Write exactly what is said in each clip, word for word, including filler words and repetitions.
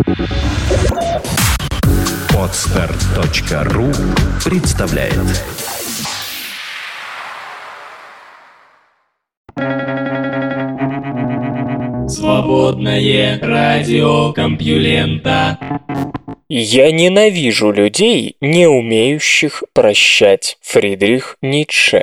Подстер точка ру представляет. Свободное радио Компьюлента. Я ненавижу людей, не умеющих прощать. Фридрих Ницше.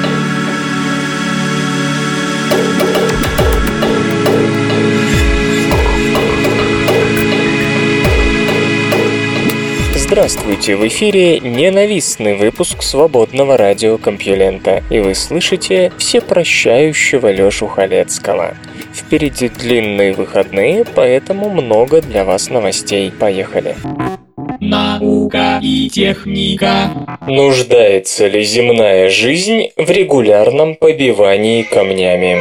Здравствуйте, в эфире ненавистный выпуск свободного радио Компьюлента, и вы слышите всепрощающего Лёшу Халецкого. Впереди длинные выходные, поэтому много для вас новостей. Поехали. Наука и техника. Нуждается ли земная жизнь в регулярном побивании камнями?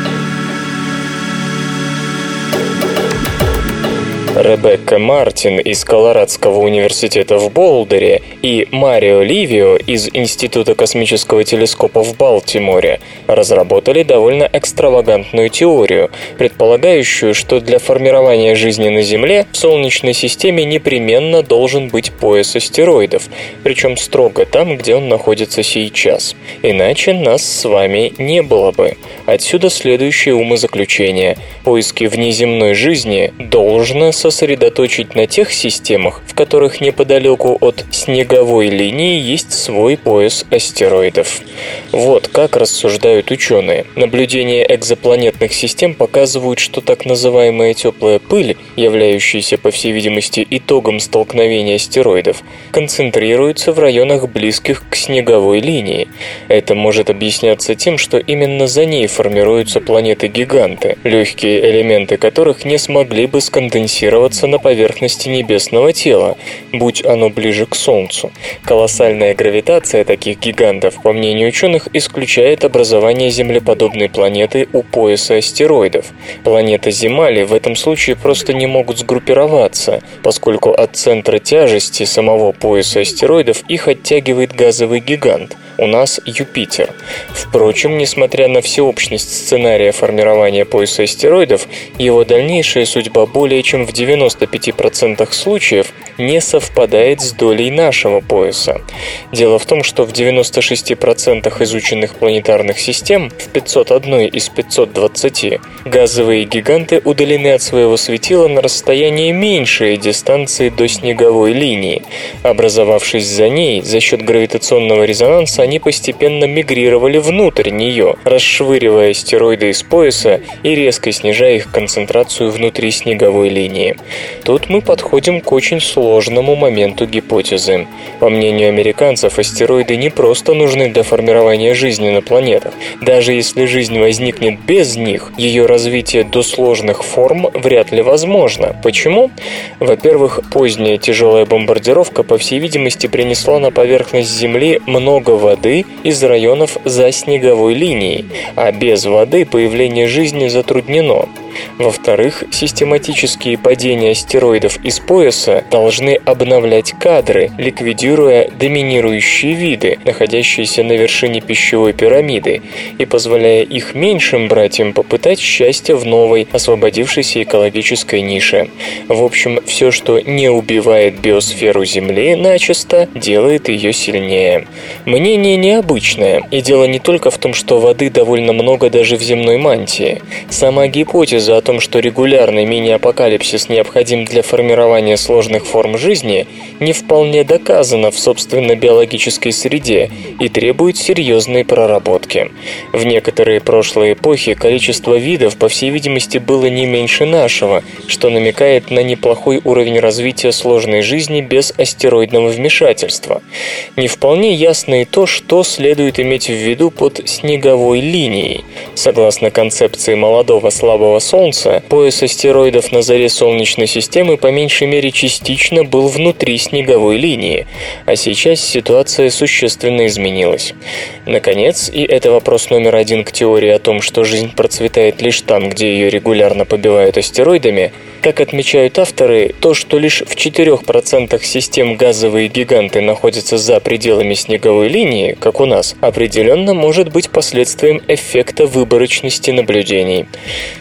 Ребекка Мартин из Колорадского университета в Болдере и Марио Ливио из Института космического телескопа в Балтиморе разработали довольно экстравагантную теорию, предполагающую, что для формирования жизни на Земле в Солнечной системе непременно должен быть пояс астероидов, причем строго там, где он находится сейчас. Иначе нас с вами не было бы. Отсюда следующее умозаключение. Поиски внеземной жизни должно сосредоточить на тех системах, в которых неподалеку от снеговой линии есть свой пояс астероидов. Вот как рассуждают ученые. Наблюдения экзопланетных систем показывают, что так называемая теплая пыль, являющаяся, по всей видимости, итогом столкновения астероидов, концентрируется в районах, близких к снеговой линии. Это может объясняться тем, что именно за ней формируются планеты-гиганты, легкие элементы которых не смогли бы сконденсироваться на поверхности небесного тела, будь оно ближе к Солнцу. Колоссальная гравитация таких гигантов, по мнению ученых, исключает образование землеподобной планеты у пояса астероидов. Планета Земали в этом случае просто не могут сгруппироваться, поскольку от центра тяжести самого пояса астероидов их оттягивает газовый гигант. У нас Юпитер. Впрочем, несмотря на всеобщность сценария формирования пояса астероидов, его дальнейшая судьба более чем в девяноста пяти процентах случаев не совпадает с долей нашего пояса. Дело в том, что в девяноста шести процентах изученных планетарных систем, в пятьсот одной из пятисот двадцати, газовые гиганты удалены от своего светила на расстояние меньшее дистанции до снеговой линии. Образовавшись за ней, за счет гравитационного резонанса они постепенно мигрировали внутрь нее, расшвыривая астероиды из пояса и резко снижая их концентрацию внутри снеговой линии. Тут мы подходим к очень сложному моменту гипотезы. По мнению американцев, астероиды не просто нужны для формирования жизни на планетах. Даже если жизнь возникнет без них, ее развитие до сложных форм вряд ли возможно. Почему? Во-первых, поздняя тяжелая бомбардировка, по всей видимости, принесла на поверхность Земли много воды из районов за снеговой линией, а без воды появление жизни затруднено. Во-вторых, систематические падения астероидов из пояса должны обновлять кадры, ликвидируя доминирующие виды, находящиеся на вершине пищевой пирамиды, и позволяя их меньшим братьям попытать счастье в новой, освободившейся экологической нише. В общем, все, что не убивает биосферу Земли начисто, делает ее сильнее. Мнение необычное, и дело не только в том, что воды довольно много даже в земной мантии. Сама гипотеза о том, что регулярный мини-апокалипсис необходим для формирования сложных форм жизни, не вполне доказана в собственно биологической среде и требует серьезной проработки. В некоторые прошлые эпохи количество видов, по всей видимости, было не меньше нашего, что намекает на неплохой уровень развития сложной жизни без астероидного вмешательства. Не вполне ясно и то, что следует иметь в виду под снеговой линией. Согласно концепции молодого слабого Солнца, пояс астероидов на заре Солнечной системы по меньшей мере частично был внутри снеговой линии, а сейчас ситуация существенно изменилась. Наконец, и это вопрос номер один к теории о том, что жизнь процветает лишь там, где ее регулярно побивают астероидами, как отмечают авторы, то, что лишь в четырёх процентах систем газовые гиганты находятся за пределами снеговой линии, как у нас, определенно может быть последствием эффекта выборочности наблюдений. Действительно,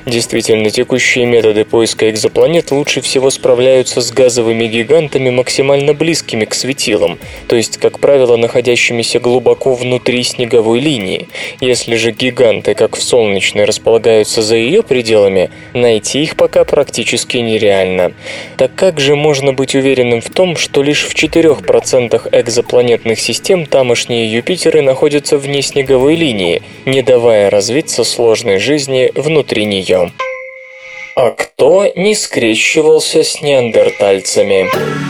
Следовательно, текущие методы поиска экзопланет лучше всего справляются с газовыми гигантами, максимально близкими к светилам, то есть, как правило, находящимися глубоко внутри снеговой линии. Если же гиганты, как в Солнечной, располагаются за ее пределами, найти их пока практически нереально. Так как же можно быть уверенным в том, что лишь в четырёх процентах экзопланетных систем тамошние Юпитеры находятся вне снеговой линии, не давая развиться сложной жизни внутри нее? А кто не скрещивался с неандертальцами?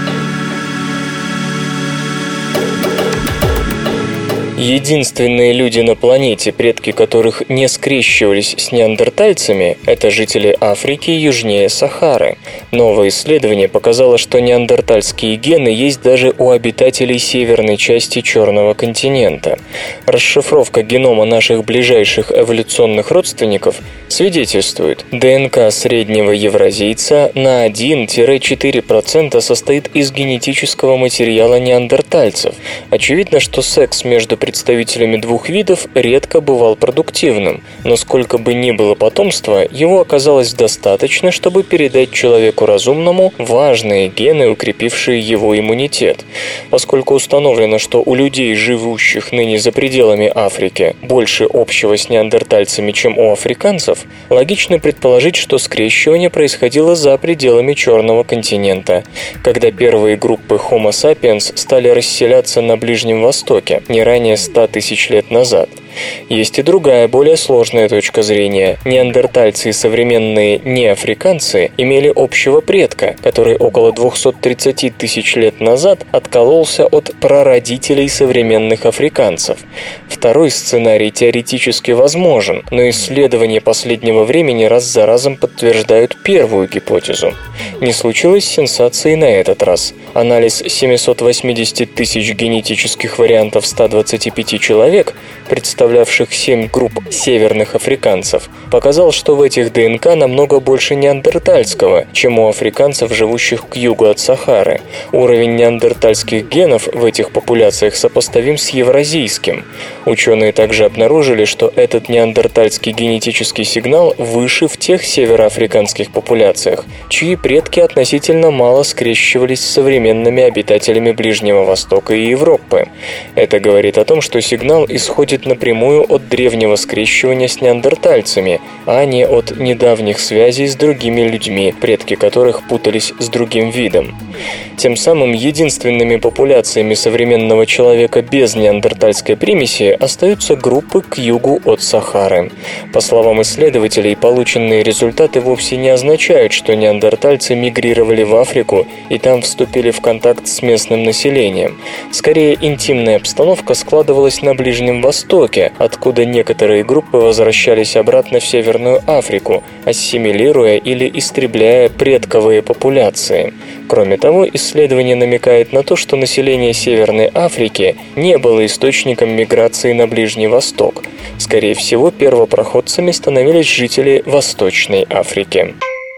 Единственные люди на планете, предки которых не скрещивались с неандертальцами, это жители Африки южнее Сахары. Новое исследование показало, что неандертальские гены есть даже у обитателей северной части Черного континента. Расшифровка генома наших ближайших эволюционных родственников свидетельствует, ДНК среднего евразийца на один-четыре процента состоит из генетического материала неандертальцев. Очевидно, что секс между представителями двух видов редко бывал продуктивным, но сколько бы ни было потомства, его оказалось достаточно, чтобы передать человеку разумному важные гены, укрепившие его иммунитет. Поскольку установлено, что у людей, живущих ныне за пределами Африки, больше общего с неандертальцами, чем у африканцев, логично предположить, что скрещивание происходило за пределами Черного континента, когда первые группы Homo sapiens стали расселяться на Ближнем Востоке, не ранее ста тысяч лет назад. Есть и другая, более сложная точка зрения. Неандертальцы и современные неафриканцы имели общего предка, который около двухсот тридцати тысяч лет назад откололся от прародителей современных африканцев. Второй сценарий теоретически возможен, но исследования последнего времени раз за разом подтверждают первую гипотезу. Не случилось сенсации на этот раз. Анализ семисот восьмидесяти тысяч генетических вариантов ста двадцати пяти человек, представлявших семь групп северных африканцев, показал, что в этих ДНК намного больше неандертальского, чем у африканцев, живущих к югу от Сахары. Уровень неандертальских генов в этих популяциях сопоставим с евразийским. Ученые также обнаружили, что этот неандертальский генетический сигнал выше в тех североафриканских популяциях, чьи предки относительно мало скрещивались с современными обитателями Ближнего Востока и Европы. Это говорит о том, что сигнал исходит напрямую от древнего скрещивания с неандертальцами, а не от недавних связей с другими людьми, предки которых путались с другим видом. Тем самым единственными популяциями современного человека без неандертальской примеси остаются группы к югу от Сахары. По словам исследователей, полученные результаты вовсе не означают, что неандертальцы мигрировали в Африку и там вступили в контакт с местным населением. Скорее, интимная обстановка складывалась на Ближнем Востоке, откуда некоторые группы возвращались обратно в Северную Африку, ассимилируя или истребляя предковые популяции. Кроме того, исследование намекает на то, что население Северной Африки не было источником миграции на Ближний Восток. Скорее всего, первопроходцами становились жители Восточной Африки.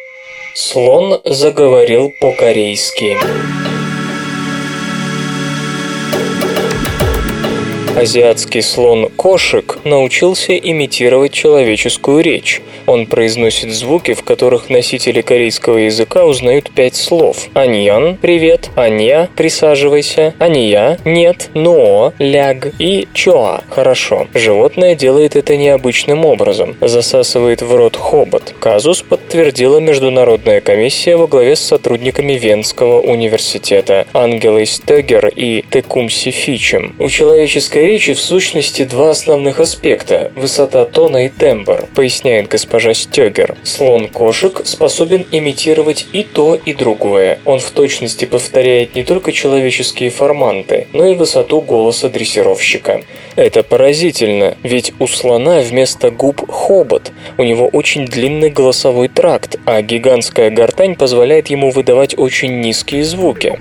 Слон заговорил по-корейски. Азиатский слон кошек научился имитировать человеческую речь. Он произносит звуки, в которых носители корейского языка узнают пять слов. Аньян – привет, анья – присаживайся, ания – нет, но – ляг и чоа – хорошо. Животное делает это необычным образом. Засасывает в рот хобот. Казус подтвердила международная комиссия во главе с сотрудниками Венского университета Ангелой Стегер и Текумси Фичем. У человеческой речи в сущности два основных аспекта – высота тона и тембр, поясняет госпожа Стегер. Слон кошек способен имитировать и то, и другое. Он в точности повторяет не только человеческие форманты, но и высоту голоса дрессировщика. Это поразительно, ведь у слона вместо губ хобот. У него очень длинный голосовой тракт, а гигантская гортань позволяет ему выдавать очень низкие звуки.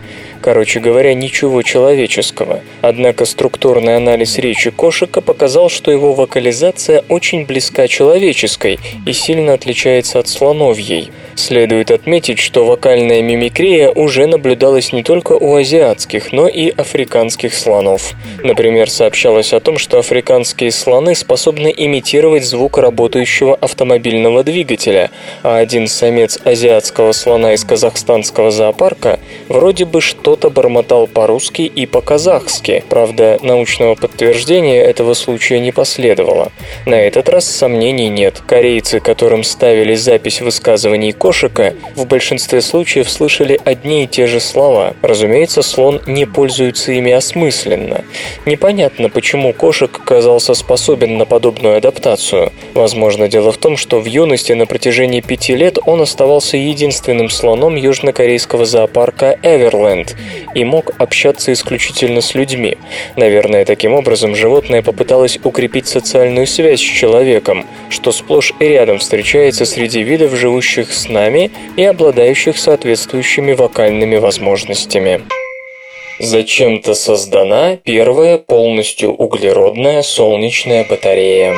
Короче говоря, ничего человеческого. Однако структурный анализ речи Кошика показал, что его вокализация очень близка человеческой и сильно отличается от слоновьей. Следует отметить, что вокальная мимикрия уже наблюдалась не только у азиатских, но и африканских слонов. Например, сообщалось о том, что африканские слоны способны имитировать звук работающего автомобильного двигателя, а один самец азиатского слона из казахстанского зоопарка вроде бы что-то бормотал по-русски и по-казахски. Правда, научного подтверждения этого случая не последовало. На этот раз сомнений нет. Корейцы, которым ставили запись высказываний Кошика, в большинстве случаев слышали одни и те же слова. Разумеется, слон не пользуется ими осмысленно. Непонятно, почему Кошик оказался способен на подобную адаптацию. Возможно, дело в том, что в юности на протяжении пяти лет он оставался единственным слоном южнокорейского зоопарка Эверленд и мог общаться исключительно с людьми. Наверное, таким образом животное попыталось укрепить социальную связь с человеком, что сплошь и рядом встречается среди видов, живущих с нами и обладающих соответствующими вокальными возможностями. Зачем-то создана первая полностью углеродная солнечная батарея.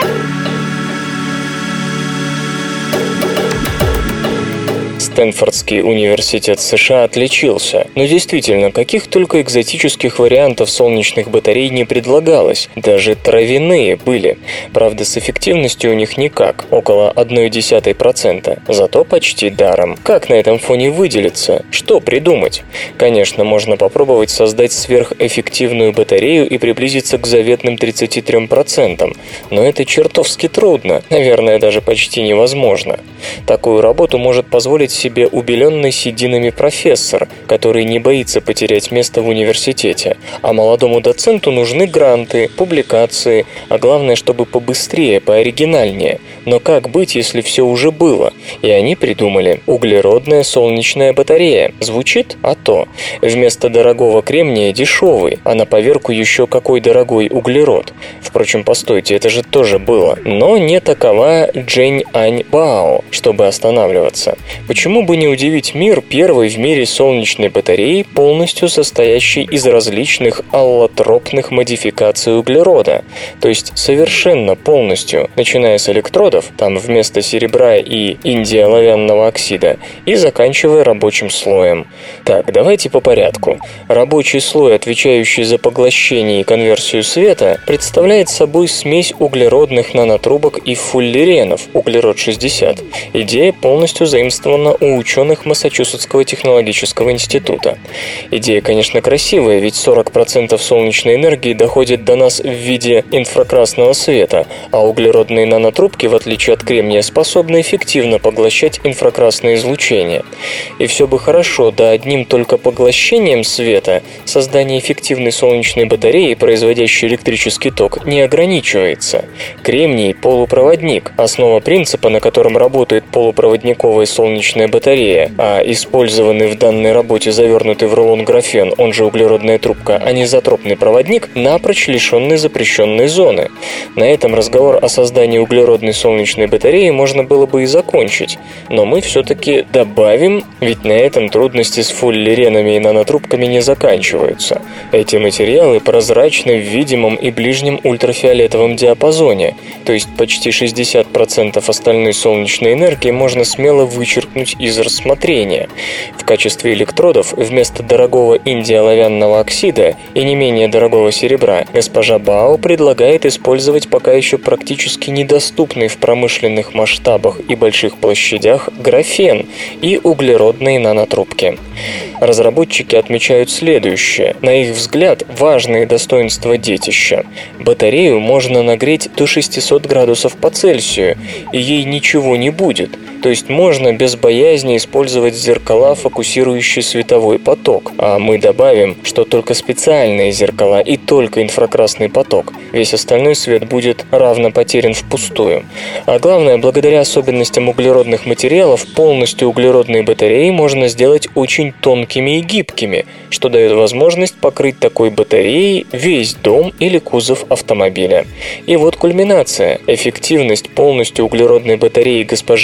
Стэнфордский университет США отличился, но действительно, каких только экзотических вариантов солнечных батарей не предлагалось, даже травяные были. Правда, с эффективностью у них никак, около ноль целых одна десятая процента, зато почти даром. Как на этом фоне выделиться? Что придумать? Конечно, можно попробовать создать сверхэффективную батарею и приблизиться к заветным тридцати трём процентам, но это чертовски трудно, наверное, даже почти невозможно. Такую работу может позволить себе убеленный сединами профессор, который не боится потерять место в университете. А молодому доценту нужны гранты, публикации, а главное, чтобы побыстрее, пооригинальнее. Но как быть, если все уже было? И они придумали углеродная солнечная батарея. Звучит? А то. Вместо дорогого кремния дешевый, а на поверку еще какой дорогой углерод. Впрочем, постойте, это же тоже было. Но не такова Джень Ань Бао, чтобы останавливаться. Почему бы не удивить мир первой в мире солнечной батареей, полностью состоящей из различных аллотропных модификаций углерода? То есть совершенно полностью, начиная с электродов, там вместо серебра и индиоловянного оксида, и заканчивая рабочим слоем. Так, давайте по порядку. Рабочий слой, отвечающий за поглощение и конверсию света, представляет собой смесь углеродных нанотрубок и фуллеренов, углерод шестьдесят. Идея полностью заимствована у ученых Массачусетского технологического института. Идея, конечно, красивая, ведь сорок процентов солнечной энергии доходит до нас в виде инфракрасного света, а углеродные нанотрубки, в отличие от кремния, способны эффективно поглощать инфракрасное излучение. И все бы хорошо, да одним только поглощением света создание эффективной солнечной батареи, производящей электрический ток, не ограничивается. Кремний – полупроводник, основа принципа, на котором работает полупроводниковая солнечная батарея, а использованный в данной работе завернутый в рулон графен, он же углеродная трубка, анизотропный проводник, напрочь лишенный запрещенной зоны. На этом разговор о создании углеродной солнечной батареи можно было бы и закончить, но мы все-таки добавим, ведь на этом трудности с фуллеренами и нанотрубками не заканчиваются. Эти материалы прозрачны в видимом и ближнем ультрафиолетовом диапазоне, то есть почти шестьдесят процентов остальной солнечной энергии можно смело вычеркнуть из рассмотрения. В качестве электродов вместо дорогого индиоловянного оксида и не менее дорогого серебра госпожа Бао предлагает использовать пока еще практически недоступный в промышленных масштабах и больших площадях графен и углеродные нанотрубки. Разработчики отмечают следующее. На их взгляд, важные достоинства детища. Батарею можно нагреть до шестисот градусов по Цельсию, и ей ничего не будет. То есть можно без боязни использовать зеркала, фокусирующие световой поток. А мы добавим, что только специальные зеркала и только инфракрасный поток. Весь остальной свет будет равно потерян впустую. А главное, благодаря особенностям углеродных материалов, полностью углеродные батареи можно сделать очень тонкими и гибкими, что дает возможность покрыть такой батареей весь дом или кузов автомобиля. И вот кульминация. Эффективность полностью углеродной батареи госпожи Бао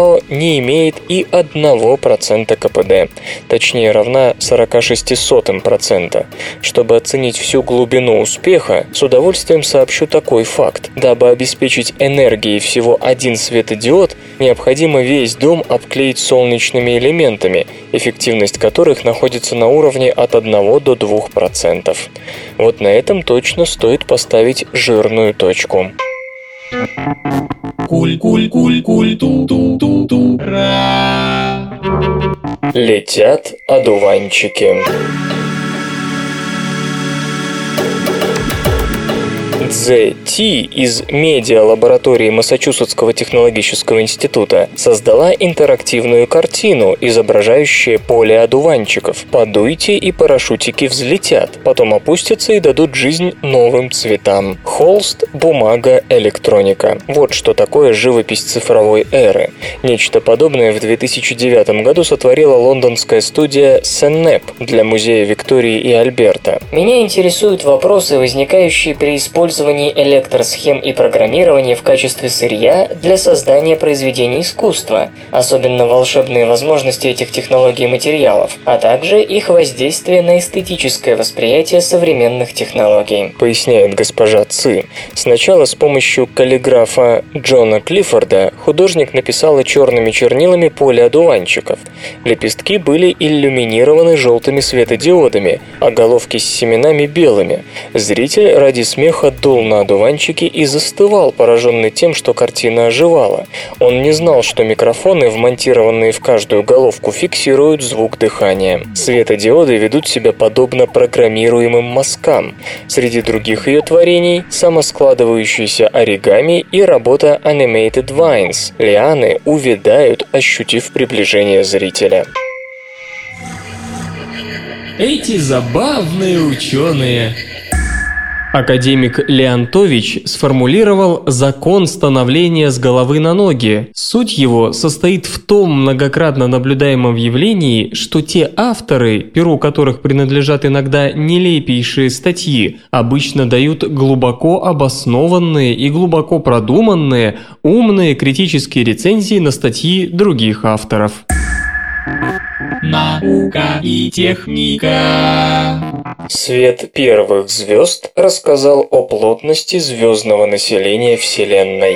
но не имеет и одного процента КПД, точнее равна сорок шесть сотых процента. Чтобы оценить всю глубину успеха, с удовольствием сообщу такой факт. Дабы обеспечить энергией всего один светодиод, необходимо весь дом обклеить солнечными элементами, эффективность которых находится на уровне от одного до двух процентов. Вот на этом точно стоит поставить жирную точку. Куль-куль-куль-куль-ту-ту-ту-ра. Летят одуванчики. Дзе Ти из медиалаборатории Массачусетского технологического института создала интерактивную картину, изображающую поле одуванчиков. Подуйте, и парашютики взлетят, потом опустятся и дадут жизнь новым цветам. Холст, бумага, электроника. Вот что такое живопись цифровой эры. Нечто подобное в две тысячи девятом году сотворила лондонская студия Сеннеп для музея Виктории и Альберта. Меня интересуют вопросы, возникающие при использовании электросхем и программирования в качестве сырья для создания произведений искусства, особенно волшебные возможности этих технологий и материалов, а также их воздействие на эстетическое восприятие современных технологий, поясняет госпожа Ци. Сначала с помощью каллиграфа Джона Клиффорда художник написала черными чернилами поле одуванчиков. Лепестки были иллюминированы желтыми светодиодами, а головки с семенами белыми. Зритель ради смеха дул на одуванчики и застывал, пораженный тем, что картина оживала. Он не знал, что микрофоны, вмонтированные в каждую головку, фиксируют звук дыхания. Светодиоды ведут себя подобно программируемым мазкам. Среди других ее творений – самоскладывающиеся оригами и работа Animated Vines. Лианы увядают, ощутив приближение зрителя. Эти забавные ученые. Академик Леонтович сформулировал закон становления с головы на ноги. Суть его состоит в том многократно наблюдаемом явлении, что те авторы, перу которых принадлежат иногда нелепейшие статьи, обычно дают глубоко обоснованные и глубоко продуманные, умные критические рецензии на статьи других авторов. Наука и техника. Свет первых звезд рассказал о плотности звездного населения Вселенной.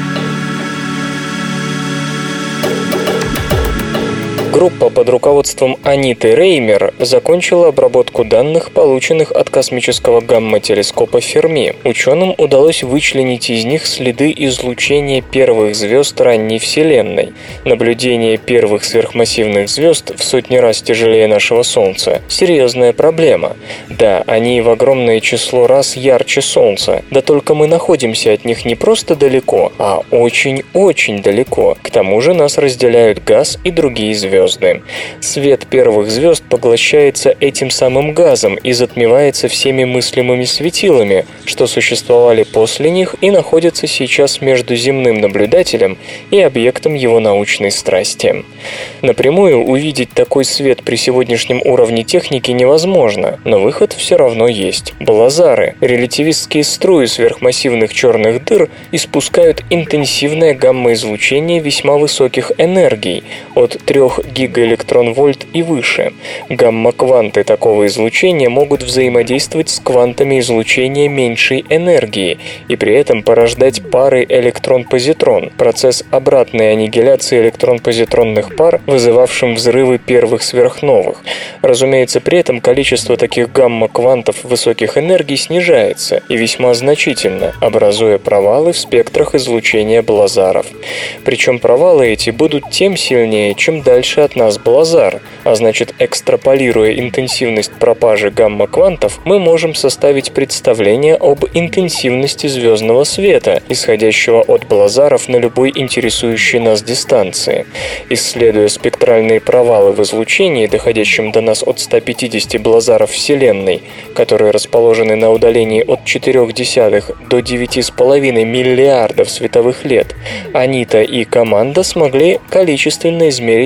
Группа под руководством Аниты Реймер закончила обработку данных, полученных от космического гамма-телескопа Ферми. Ученым удалось вычленить из них следы излучения первых звезд ранней Вселенной. Наблюдение первых сверхмассивных звезд в сотни раз тяжелее нашего Солнца – серьезная проблема. Да, они в огромное число раз ярче Солнца, да только мы находимся от них не просто далеко, а очень-очень далеко. К тому же нас разделяют газ и другие звезды. Свет первых звезд поглощается этим самым газом и затмевается всеми мыслимыми светилами, что существовали после них и находятся сейчас между земным наблюдателем и объектом его научной страсти. Напрямую увидеть такой свет при сегодняшнем уровне техники невозможно, но выход все равно есть. Блазары, релятивистские струи сверхмассивных черных дыр, испускают интенсивное гамма-излучение весьма высоких энергий, от трёх гигаэлектрон-вольт и выше. Гамма-кванты такого излучения могут взаимодействовать с квантами излучения меньшей энергии и при этом порождать пары электрон-позитрон, процесс обратной аннигиляции электрон-позитронных пар, вызывавшим взрывы первых сверхновых. Разумеется, при этом количество таких гамма-квантов высоких энергий снижается и весьма значительно, образуя провалы в спектрах излучения блазаров. Причем провалы эти будут тем сильнее, чем дальше от нас блазар, а значит, экстраполируя интенсивность пропажи гамма-квантов, мы можем составить представление об интенсивности звездного света, исходящего от блазаров на любой интересующей нас дистанции. Исследуя спектральные провалы в излучении, доходящем до нас от ста пятидесяти блазаров Вселенной, которые расположены на удалении от четырёх десятых до девяти с половиной миллиардов световых лет, Анита и команда смогли количественно измерить такое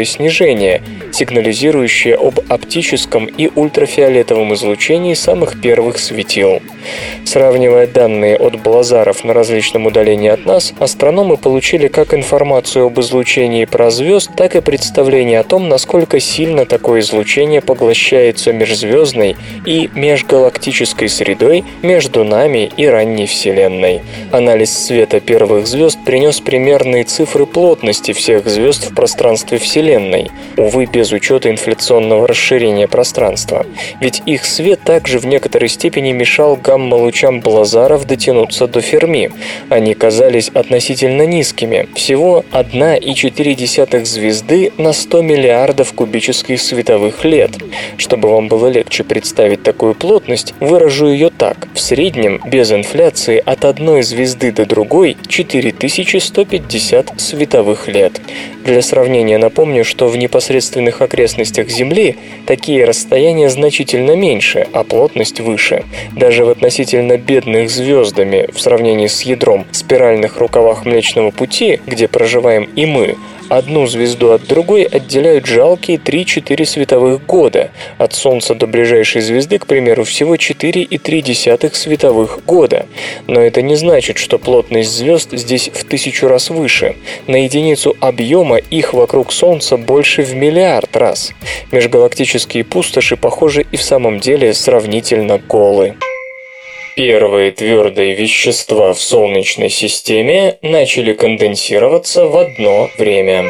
снижение, сигнализирующее об оптическом и ультрафиолетовом излучении самых первых светил. Сравнивая данные от блазаров на различном удалении от нас, астрономы получили как информацию об излучении прозвезд, так и представление о том, насколько сильно такое излучение поглощается межзвездной и межгалактической средой между нами и ранней Вселенной. Анализ света первых звезд принес примерные цифры плотности всех звезд в пространстве Вселенной, увы, без учета инфляционного расширения пространства. Ведь их свет также в некоторой степени мешал гамма-лучам блазаров дотянуться до Ферми. Они казались относительно низкими, всего одна целая четыре десятых звезды на сто миллиардов кубических световых лет. Чтобы вам было легче представить такую плотность, выражу ее так. В среднем, без инфляции, от одной звезды до другой четыре тысячи сто пятьдесят световых лет. Для сравнения напомню, что в непосредственных окрестностях Земли такие расстояния значительно меньше, а плотность выше. Даже в относительно бедных звездами, в сравнении с ядром, спиральных рукавах Млечного Пути, где проживаем и мы, одну звезду от другой отделяют жалкие три-четыре световых года. От Солнца до ближайшей звезды, к примеру, всего четыре целых три десятых световых года. Но это не значит, что плотность звезд здесь в тысячу раз выше. На единицу объема их вокруг Солнца больше в миллиард раз. Межгалактические пустоши, похоже, и в самом деле сравнительно голы. Первые твердые вещества в Солнечной системе начали конденсироваться в одно время.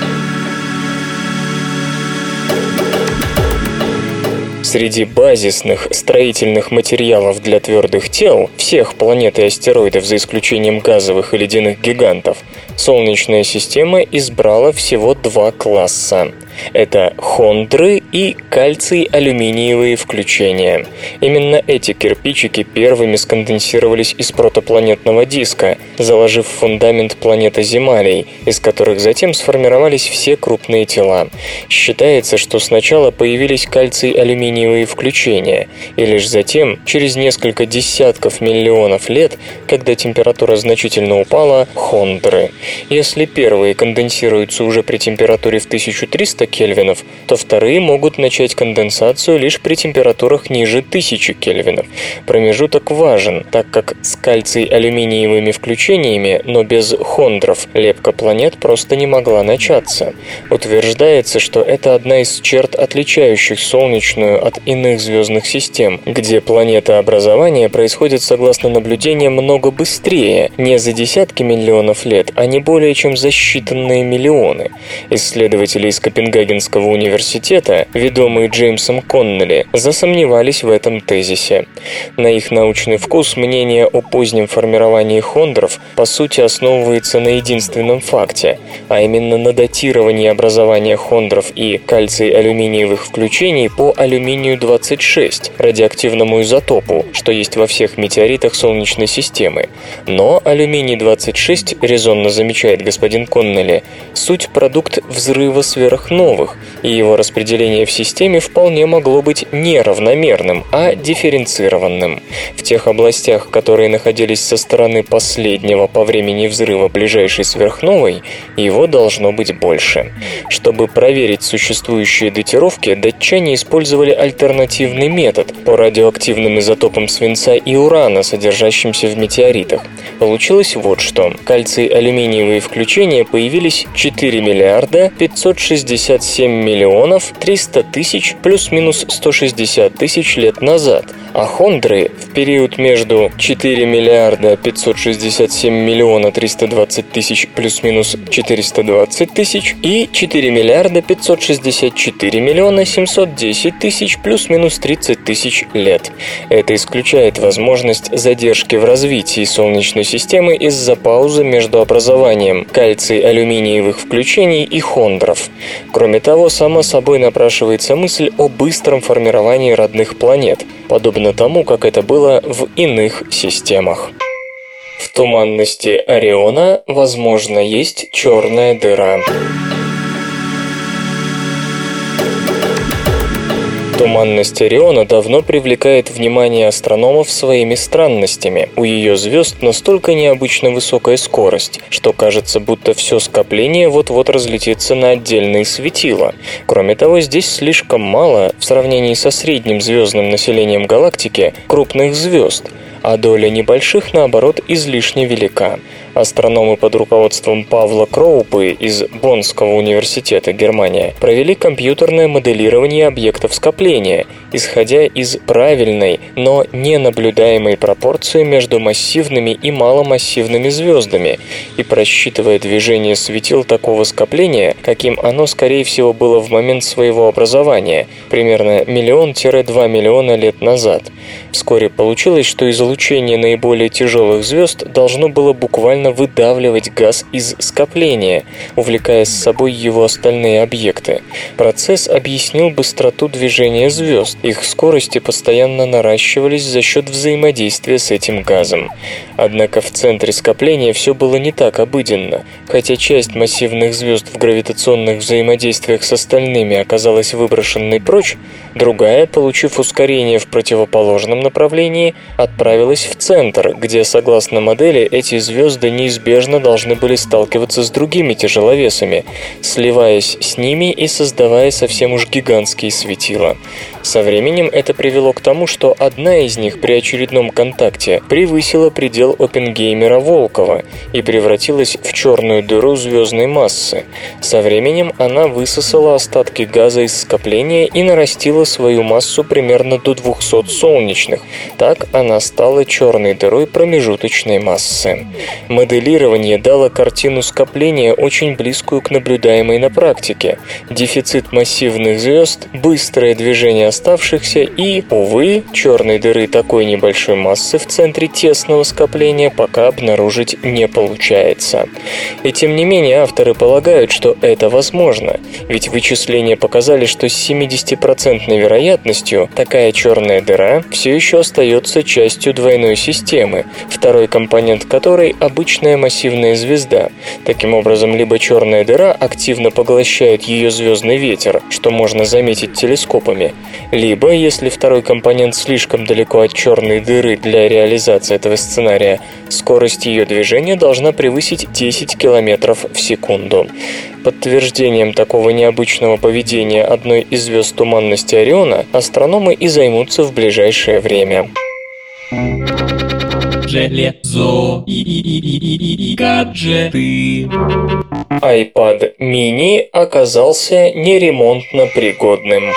Среди базисных строительных материалов для твердых тел всех планет и астероидов, за исключением газовых и ледяных гигантов, Солнечная система избрала всего два класса. Это хондры и кальций-алюминиевые включения. Именно эти кирпичики первыми сконденсировались из протопланетного диска, заложив фундамент планеты Земалий, из которых затем сформировались все крупные тела. Считается, что сначала появились кальций-алюминиевые включения, и лишь затем, через несколько десятков миллионов лет, когда температура значительно упала, хондры. Если первые конденсируются уже при температуре в тысяча триста кельвинов, то вторые могут начать конденсацию лишь при температурах ниже тысячи кельвинов. Промежуток важен, так как с кальций-алюминиевыми включениями, но без хондров, лепка планет просто не могла начаться. Утверждается, что это одна из черт, отличающих Солнечную от иных звездных систем, где планетообразование происходит, согласно наблюдениям, много быстрее, не за десятки миллионов лет, а не более чем за считанные миллионы. Исследователи из Копенгагенского университета, ведомые Джеймсом Коннелли, засомневались в этом тезисе. На их научный вкус мнение о позднем формировании хондров по сути основывается на единственном факте, а именно на датировании образования хондров и кальций-алюминиевых включений по алюминию двадцать шесть, радиоактивному изотопу, что есть во всех метеоритах Солнечной системы. Но алюминий двадцать шесть, резонно замечает господин Коннелли, суть продукт взрыва сверхновых, и его распределение в системе вполне могло быть не равномерным, а дифференцированным. В тех областях, которые находились со стороны последнего по времени взрыва ближайшей сверхновой, его должно быть больше. Чтобы проверить существующие датировки, датчане использовали альтернативный метод по радиоактивным изотопам свинца и урана, содержащимся в метеоритах. Получилось вот что. Кальций-алюминиевые включения появились четыре миллиарда пятьсот шестьдесят семь миллионов триста тысяч плюс-минус сто шестьдесят тысяч лет назад, а хондры в период между четыре миллиарда пятьсот шестьдесят семь миллиона триста двадцать тысяч плюс-минус четыреста двадцать тысяч и четыре миллиарда пятьсот шестьдесят четыре миллиона семьсот десять тысяч плюс-минус тридцать тысяч лет. Это исключает возможность задержки в развитии Солнечной системы из-за паузы между образованием кальций-алюминиевых включений и хондров. Кроме того, само собой напрашивается мысль о быстром формировании родных планет, подобно тому, как это было в иных системах. В туманности Ориона, возможно, есть черная дыра. Туманность Ориона давно привлекает внимание астрономов своими странностями. У ее звезд настолько необычно высокая скорость, что кажется, будто все скопление вот-вот разлетится на отдельные светила. Кроме того, здесь слишком мало, в сравнении со средним звездным населением галактики, крупных звезд, а доля небольших, наоборот, излишне велика. Астрономы под руководством Павла Кроупы из Боннского университета, Германия, провели компьютерное моделирование объектов скопления, исходя из правильной, но ненаблюдаемой пропорции между массивными и маломассивными звездами и просчитывая движение светил такого скопления, каким оно, скорее всего, было в момент своего образования, примерно миллион-два миллиона лет назад. Вскоре получилось, что излучение наиболее тяжелых звезд должно было буквально выдавливать газ из скопления, увлекая с собой его остальные объекты. Процесс объяснил быстроту движения звезд. Их скорости постоянно наращивались за счет взаимодействия с этим газом. Однако в центре скопления все было не так обыденно. Хотя часть массивных звезд в гравитационных взаимодействиях с остальными оказалась выброшенной прочь, другая, получив ускорение в противоположном направлении, отправилась в центр, где, согласно модели, эти звезды неизбежно должны были сталкиваться с другими тяжеловесами, сливаясь с ними и создавая совсем уж гигантские светила. Со временем это привело к тому, что одна из них при очередном контакте превысила предел Оппенгеймера-Волкова и превратилась в черную дыру звездной массы. Со временем она высосала остатки газа из скопления и нарастила свою массу примерно до двухсот солнечных. Так она стала черной дырой промежуточной массы. Моделирование дало картину скопления, очень близкую к наблюдаемой на практике. Дефицит массивных звезд, быстрое движение оставшихся и, увы, черной дыры такой небольшой массы в центре тесного скопления пока обнаружить не получается. И тем не менее авторы полагают, что это возможно, ведь вычисления показали, что с семидесятипроцентной вероятностью такая черная дыра все еще остается частью двойной системы, второй компонент которой – обычная массивная звезда. Таким образом, либо черная дыра активно поглощает ее звездный ветер, что можно заметить телескопами, либо, если второй компонент слишком далеко от черной дыры для реализации этого сценария, скорость ее движения должна превысить десять километров в секунду. Подтверждением такого необычного поведения одной из звезд туманности Ориона астрономы и займутся в ближайшее время. Железо и, и, и, и, и, и гаджеты. iPad mini оказался неремонтно пригодным.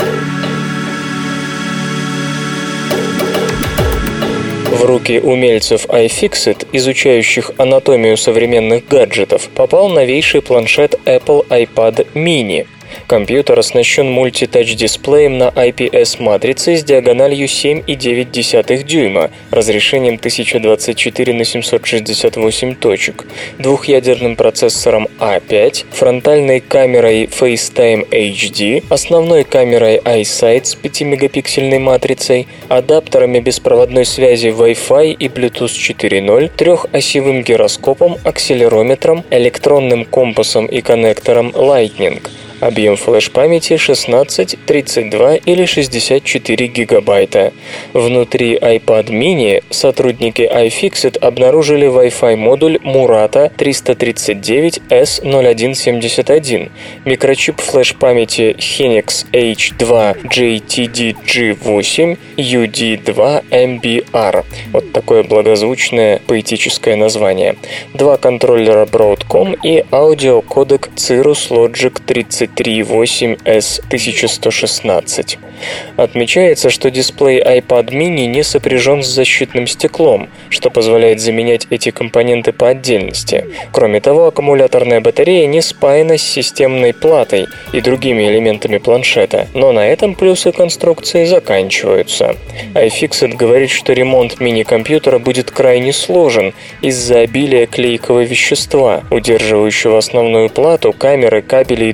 В руки умельцев iFixit, изучающих анатомию современных гаджетов, попал новейший планшет Apple iPad mini. Компьютер оснащен мультитач-дисплеем на ай пи эс-матрице с диагональю семь и девять десятых дюйма, разрешением тысяча двадцать четыре на семьсот шестьдесят восемь точек, двухъядерным процессором а пять, фронтальной камерой FaceTime эйч ди, основной камерой iSight с пятимегапиксельной матрицей, адаптерами беспроводной связи Wi-Fi и Bluetooth четыре ноль, трехосевым гироскопом, акселерометром, электронным компасом и коннектором Lightning. Объем флеш-памяти шестнадцать, тридцать два или шестьдесят четыре гигабайта. Внутри iPad mini сотрудники iFixit обнаружили Wi-Fi модуль Murata триста тридцать девять эс ноль один семьдесят один, микрочип флеш-памяти Hynix эйч два джей ти ди джи восемь ю ди два эм би ар. Вот такое благозвучное поэтическое название. Два контроллера Broadcom и аудиокодек Cirrus Logic тридцать три восемь эс тысяча сто шестнадцать. Отмечается, что дисплей iPad mini не сопряжен с защитным стеклом, что позволяет заменять эти компоненты по отдельности. Кроме того, аккумуляторная батарея не спаяна с системной платой и другими элементами планшета, но на этом плюсы конструкции заканчиваются. iFixit говорит, что ремонт мини-компьютера будет крайне сложен из-за обилия клейкого вещества, удерживающего основную плату, камеры, кабели и другие компоненты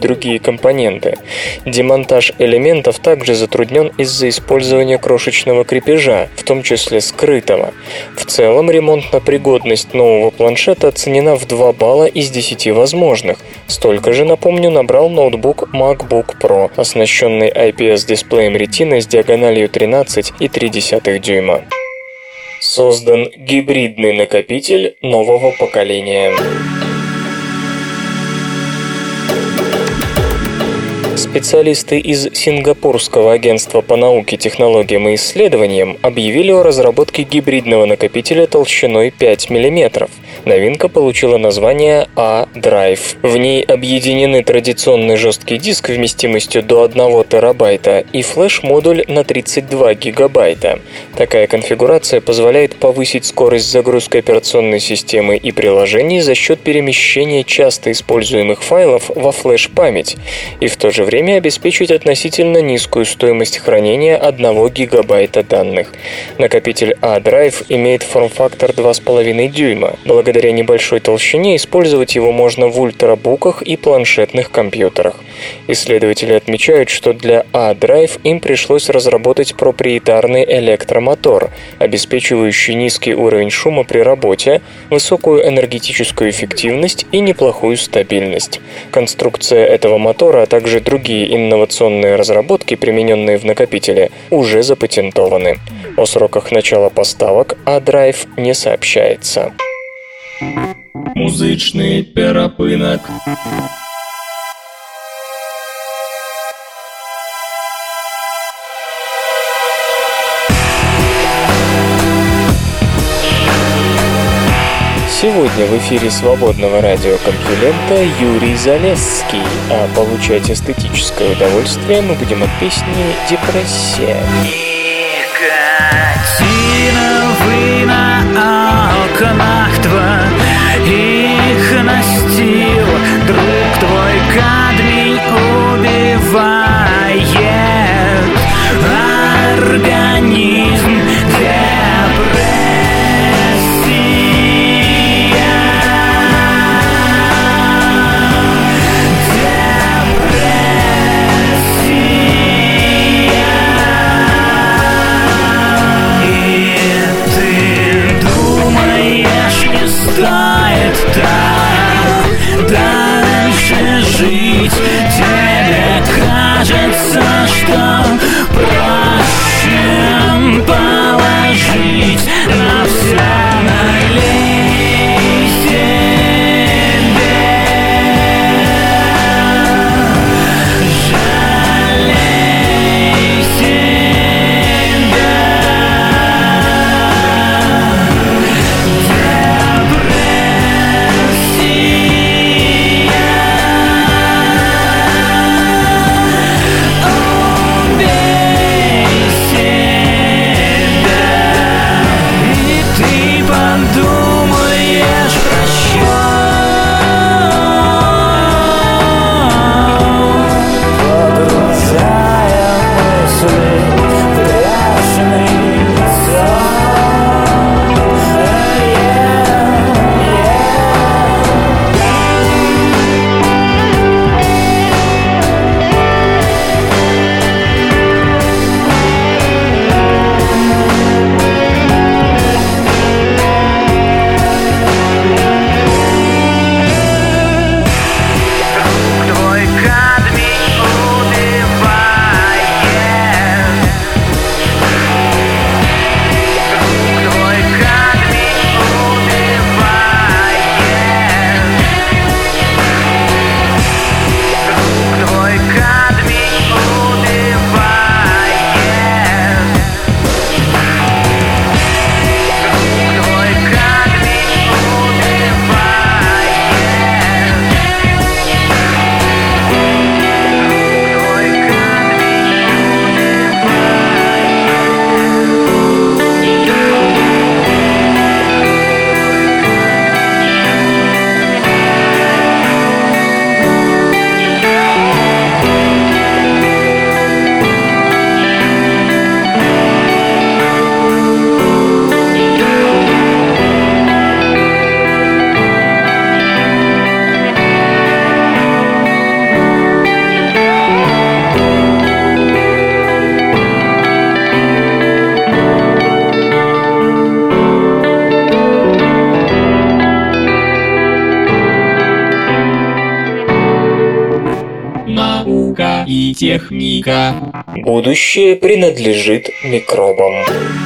компоненты. Демонтаж элементов также затруднен из-за использования крошечного крепежа, в том числе скрытого. В целом, ремонтно-пригодность нового планшета оценена в два балла из десяти возможных. Столько же, напомню, набрал ноутбук MacBook Pro, оснащенный ай пи эс-дисплеем Retina с диагональю тринадцать и три десятых дюйма. Создан гибридный накопитель нового поколения. Специалисты из Сингапурского агентства по науке, технологиям и исследованиям объявили о разработке гибридного накопителя толщиной пять миллиметров. Новинка получила название A-Drive. В ней объединены традиционный жесткий диск вместимостью до одного терабайта и флеш-модуль на тридцать два гигабайта. Такая конфигурация позволяет повысить скорость загрузки операционной системы и приложений за счет перемещения часто используемых файлов во флеш-память и в то же время обеспечить относительно низкую стоимость хранения одного гигабайта данных. Накопитель A-Drive имеет форм-фактор два с половиной дюйма. Благодаря небольшой толщине использовать его можно в ультрабуках и планшетных компьютерах. Исследователи отмечают, что для A-Drive им пришлось разработать проприетарный электромотор, обеспечивающий низкий уровень шума при работе, высокую энергетическую эффективность и неплохую стабильность. Конструкция этого мотора, а также другие инновационные разработки, примененные в накопителе, уже запатентованы. О сроках начала поставок A-Drive не сообщается. Музычный перапынок. Сегодня в эфире свободного радиокомпьюлента Юрий Залесский, а получать эстетическое удовольствие мы будем от песни «Депрессия». Никотиновый на окнах твоих настил, друг твой кадмий убивает организм. Стоит так дальше жить. техника. Будущее принадлежит микробам.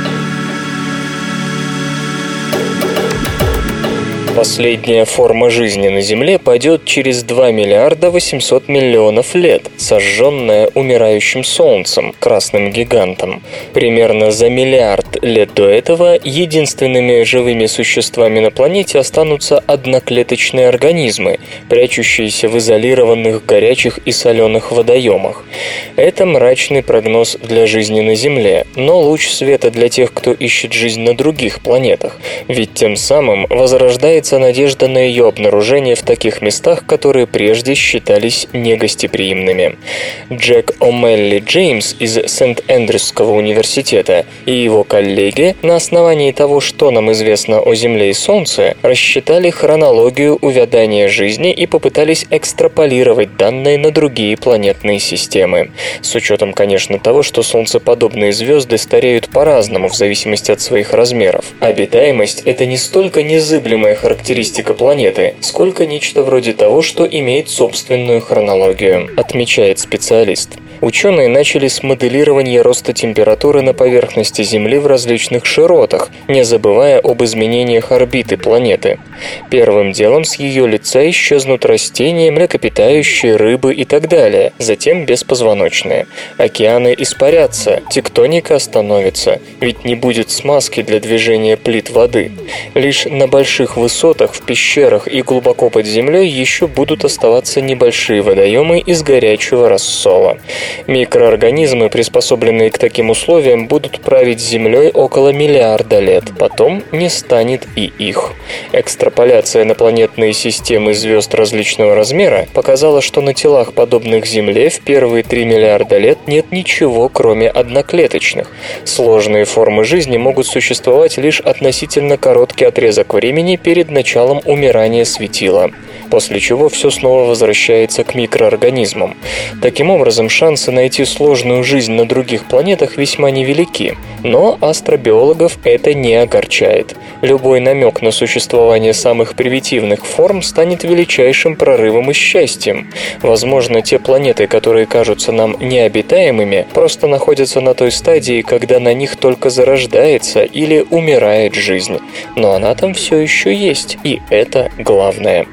Последняя форма жизни на Земле падет через два миллиарда восемьсот миллионов лет, сожженная умирающим Солнцем, красным гигантом. Примерно за миллиард лет до этого единственными живыми существами на планете останутся одноклеточные организмы, прячущиеся в изолированных горячих и соленых водоемах. Это мрачный прогноз для жизни на Земле, но луч света для тех, кто ищет жизнь на других планетах, ведь тем самым возрождается надежда на ее обнаружение в таких местах, которые прежде считались негостеприимными. Джек О'Мелли Джеймс из Сент-Эндрюсского университета и его коллеги на основании того, что нам известно о Земле и Солнце, рассчитали хронологию увядания жизни и попытались экстраполировать данные на другие планетные системы. С учетом, конечно, того, что солнцеподобные звезды стареют по-разному в зависимости от своих размеров. Обитаемость — это не столько незыблемая характеристика, характеристика планеты, сколько нечто вроде того, что имеет собственную хронологию, отмечает специалист. Ученые начали с моделирования роста температуры на поверхности Земли в различных широтах, не забывая об изменениях орбиты планеты. Первым делом с ее лица исчезнут растения, млекопитающие, рыбы и так далее, затем беспозвоночные. Океаны испарятся, тектоника остановится, ведь не будет смазки для движения плит воды. Лишь на больших высотах, в пещерах и глубоко под землей еще будут оставаться небольшие водоемы из горячего рассола. Микроорганизмы, приспособленные к таким условиям, будут править Землей около миллиарда лет, потом не станет и их. Экстраполяция на планетные системы звезд различного размера показала, что на телах, подобных Земле, в первые три миллиарда лет нет ничего, кроме одноклеточных. Сложные формы жизни могут существовать лишь относительно короткий отрезок времени перед началом умирания светила, после чего все снова возвращается к микроорганизмам. Таким образом, шансы найти сложную жизнь на других планетах весьма невелики, но астробиологов это не огорчает. Любой намек на существование самых примитивных форм станет величайшим прорывом и счастьем. Возможно, те планеты, которые кажутся нам необитаемыми, просто находятся на той стадии, когда на них только зарождается или умирает жизнь. Но она там все еще есть, и это главное.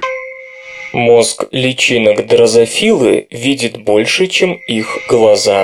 Мозг личинок дрозофилы видит больше, чем их глаза.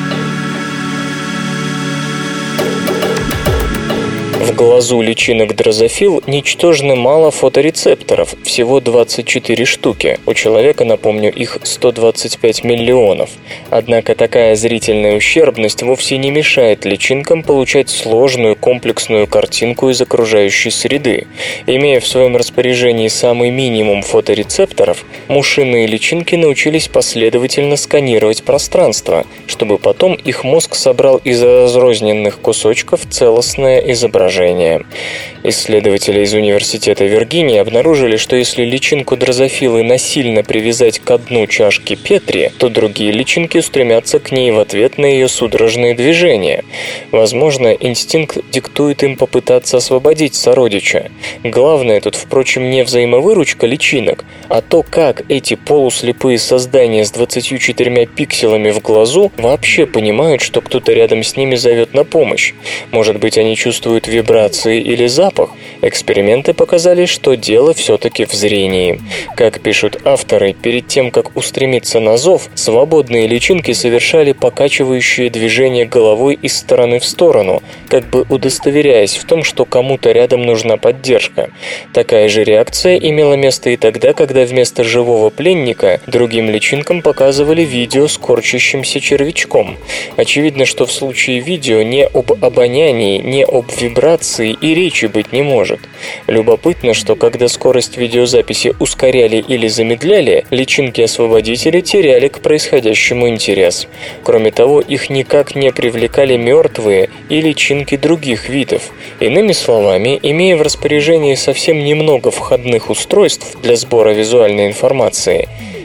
В глазу личинок дрозофил ничтожно мало фоторецепторов, всего двадцать четыре штуки. У человека, напомню, их сто двадцать пять миллионов. Однако такая зрительная ущербность вовсе не мешает личинкам получать сложную комплексную картинку из окружающей среды. Имея в своем распоряжении самый минимум фоторецепторов, мушиные личинки научились последовательно сканировать пространство, чтобы потом их мозг собрал из разрозненных кусочков целостное изображение. Исследователи из Университета Виргинии обнаружили, что если личинку дрозофилы насильно привязать к дну чашки Петри, то другие личинки устремятся к ней в ответ на ее судорожные движения. Возможно, инстинкт диктует им попытаться освободить сородича. Главное тут, впрочем, не взаимовыручка личинок, а то, как эти полуслепые создания с двадцатью четырьмя пикселами в глазу вообще понимают, что кто-то рядом с ними зовет на помощь. Может быть, они чувствуют вибрации или запах? Эксперименты показали, что дело все-таки в зрении. Как пишут авторы, перед тем, как устремиться на зов, свободные личинки совершали покачивающие движения головой из стороны в сторону, как бы удостоверяясь в том, что кому-то рядом нужна поддержка. Такая же реакция имела место и тогда, когда вместо живого пленника другим личинкам показывали видео с корчащимся червячком. Очевидно, что в случае видео ни об обонянии, ни об вибрации и речи быть не может. Любопытно, что когда скорость видеозаписи ускоряли или замедляли, личинки-освободители теряли к происходящему интерес. Кроме того, их никак не привлекали мертвые и личинки других видов. Иными словами, имея в распоряжении совсем немного входных устройств для сбора визуальной информации,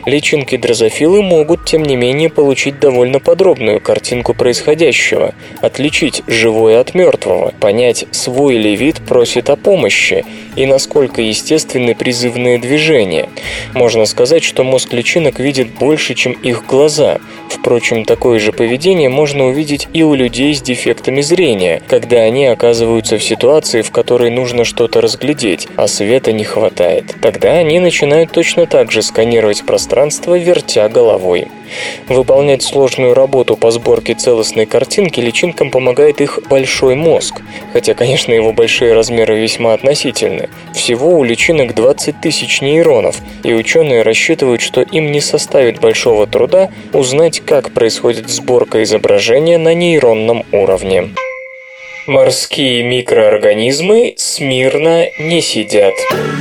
Личинки-дрозофилы могут, тем не менее, получить довольно подробную картинку происходящего, отличить живое от мертвого, понять, свой ли вид просит о помощи и насколько естественны призывные движения. Можно сказать, что мозг личинок видит больше, чем их глаза. Впрочем, такое же поведение можно увидеть и у людей с дефектами зрения, когда они оказываются в ситуации, в которой нужно что-то разглядеть, а света не хватает. Тогда они начинают точно так же сканировать пространство, вертя головой. Выполнять сложную работу по сборке целостной картинки личинкам помогает их большой мозг, хотя, конечно, его большие размеры весьма относительны. Всего у личинок двадцать тысяч нейронов, и ученые рассчитывают, что им не составит большого труда узнать, как происходит сборка изображения на нейронном уровне. Морские микроорганизмы смирно не сидят.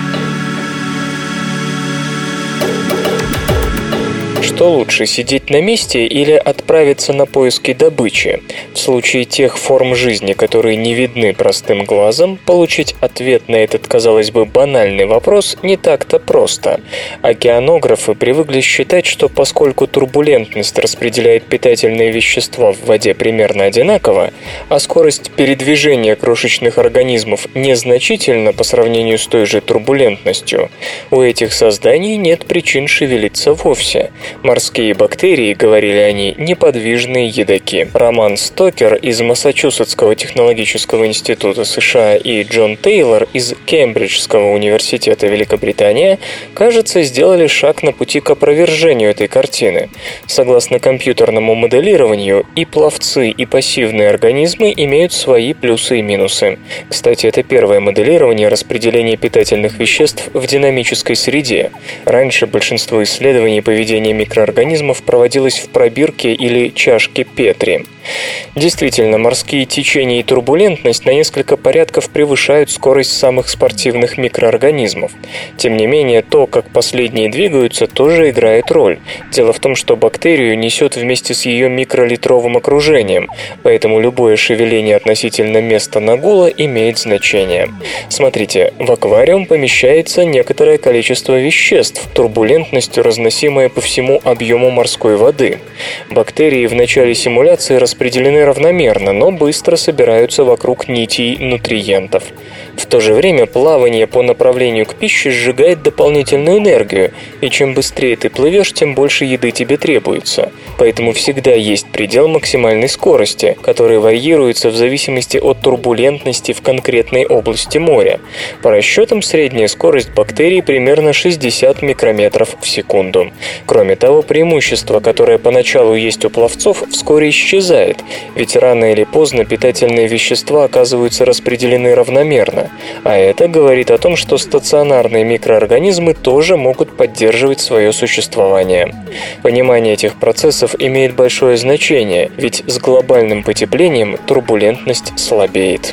Что лучше, сидеть на месте или отправиться на поиски добычи? В случае тех форм жизни, которые не видны простым глазом, получить ответ на этот, казалось бы, банальный вопрос не так-то просто. Океанографы привыкли считать, что поскольку турбулентность распределяет питательные вещества в воде примерно одинаково, а скорость передвижения крошечных организмов незначительна по сравнению с той же турбулентностью, у этих созданий нет причин шевелиться вовсе. Морские бактерии, говорили они, неподвижные едоки. Роман Стокер из Массачусетского технологического института США и Джон Тейлор из Кембриджского университета Великобритания, кажется, сделали шаг на пути к опровержению этой картины. Согласно компьютерному моделированию, и пловцы, и пассивные организмы имеют свои плюсы и минусы. Кстати, это первое моделирование распределения питательных веществ в динамической среде. Раньше большинство исследований поведения микроорганизмов проводилось в пробирке или чашке Петри. Действительно, морские течения и турбулентность на несколько порядков превышают скорость самых спортивных микроорганизмов. Тем не менее, то, как последние двигаются, тоже играет роль. Дело в том, что бактерию несет вместе с ее микролитровым окружением, поэтому любое шевеление относительно места нагула имеет значение. Смотрите, в аквариум помещается некоторое количество веществ, турбулентностью разносимое по всему объему морской воды. Бактерии в начале симуляции распределены равномерно, но быстро собираются вокруг нитей нутриентов. В то же время плавание по направлению к пище сжигает дополнительную энергию, и чем быстрее ты плывешь, тем больше еды тебе требуется. Поэтому всегда есть предел максимальной скорости, который варьируется в зависимости от турбулентности в конкретной области моря. По расчетам, средняя скорость бактерий примерно шестьдесят микрометров в секунду. Кроме того, преимущество, которое поначалу есть у пловцов, вскоре исчезает, ведь рано или поздно питательные вещества оказываются распределены равномерно. А это говорит о том, что стационарные микроорганизмы тоже могут поддерживать свое существование. Понимание этих процессов имеет большое значение, ведь с глобальным потеплением турбулентность слабеет.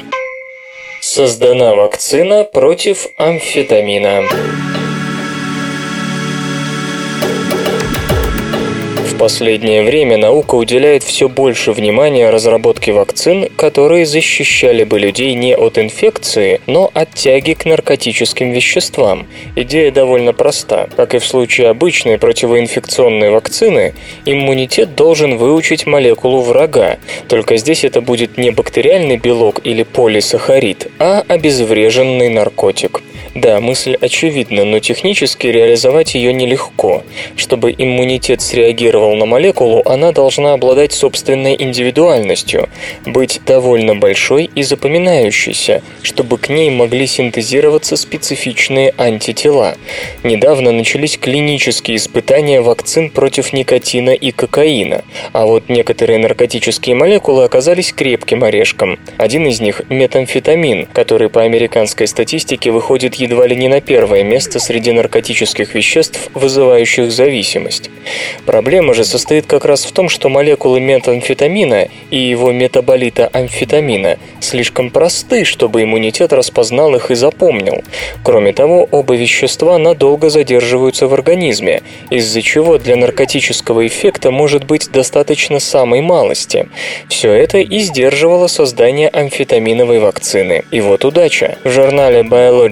Создана вакцина против амфетамина. В последнее время наука уделяет все больше внимания разработке вакцин, которые защищали бы людей не от инфекции, но от тяги к наркотическим веществам. Идея довольно проста. Как и в случае обычной противоинфекционной вакцины, иммунитет должен выучить молекулу врага. Только здесь это будет не бактериальный белок или полисахарид, а обезвреженный наркотик. Да, мысль очевидна, но технически реализовать ее нелегко. Чтобы иммунитет среагировал на молекулу, она должна обладать собственной индивидуальностью, быть довольно большой и запоминающейся, чтобы к ней могли синтезироваться специфичные антитела. Недавно начались клинические испытания вакцин против никотина и кокаина, а вот некоторые наркотические молекулы оказались крепким орешком. Один из них – метамфетамин, который по американской статистике выходит едва ли не на первое место среди наркотических веществ, вызывающих зависимость. Проблема же состоит как раз в том, что молекулы метамфетамина и его метаболита амфетамина слишком просты, чтобы иммунитет распознал их и запомнил. Кроме того, оба вещества надолго задерживаются в организме, из-за чего для наркотического эффекта может быть достаточно самой малости. Все это и сдерживало создание амфетаминовой вакцины. И вот удача. В журнале Biological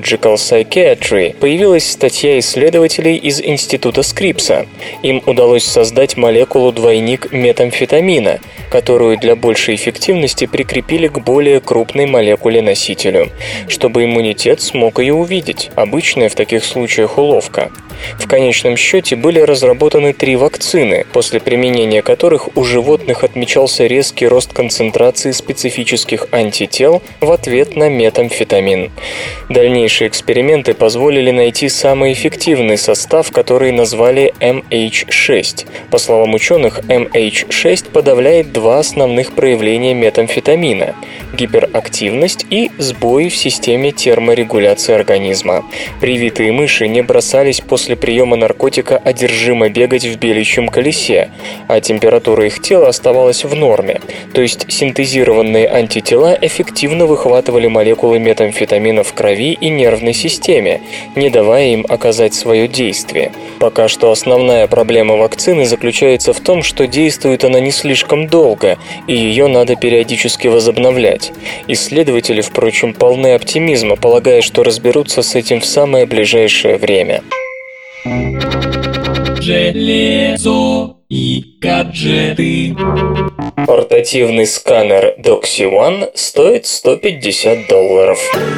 Psychiatry появилась статья исследователей из Института Скрипса. Им удалось создать молекулу-двойник метамфетамина, которую для большей эффективности прикрепили к более крупной молекуле-носителю, чтобы иммунитет смог ее увидеть. Обычная в таких случаях уловка. В конечном счете были разработаны три вакцины, после применения которых у животных отмечался резкий рост концентрации специфических антител в ответ на метамфетамин. Дальнейшие эксперименты позволили найти самый эффективный состав, который назвали эм эйч шесть. По словам ученых, эм эйч шесть подавляет два основных проявления метамфетамина – гиперактивность и сбои в системе терморегуляции организма. Привитые мыши не бросались после приема наркотика одержимо бегать в беличьем колесе, а температура их тела оставалась в норме, то есть синтезированные антитела эффективно выхватывали молекулы метамфетамина в крови и нервной системе, не давая им оказать свое действие. Пока что основная проблема вакцины заключается в том, что действует она не слишком долго, и ее надо периодически возобновлять. Исследователи, впрочем, полны оптимизма, полагая, что разберутся с этим в самое ближайшее время. Железо и гаджеты. Портативный сканер Doxy One стоит сто пятьдесят долларов.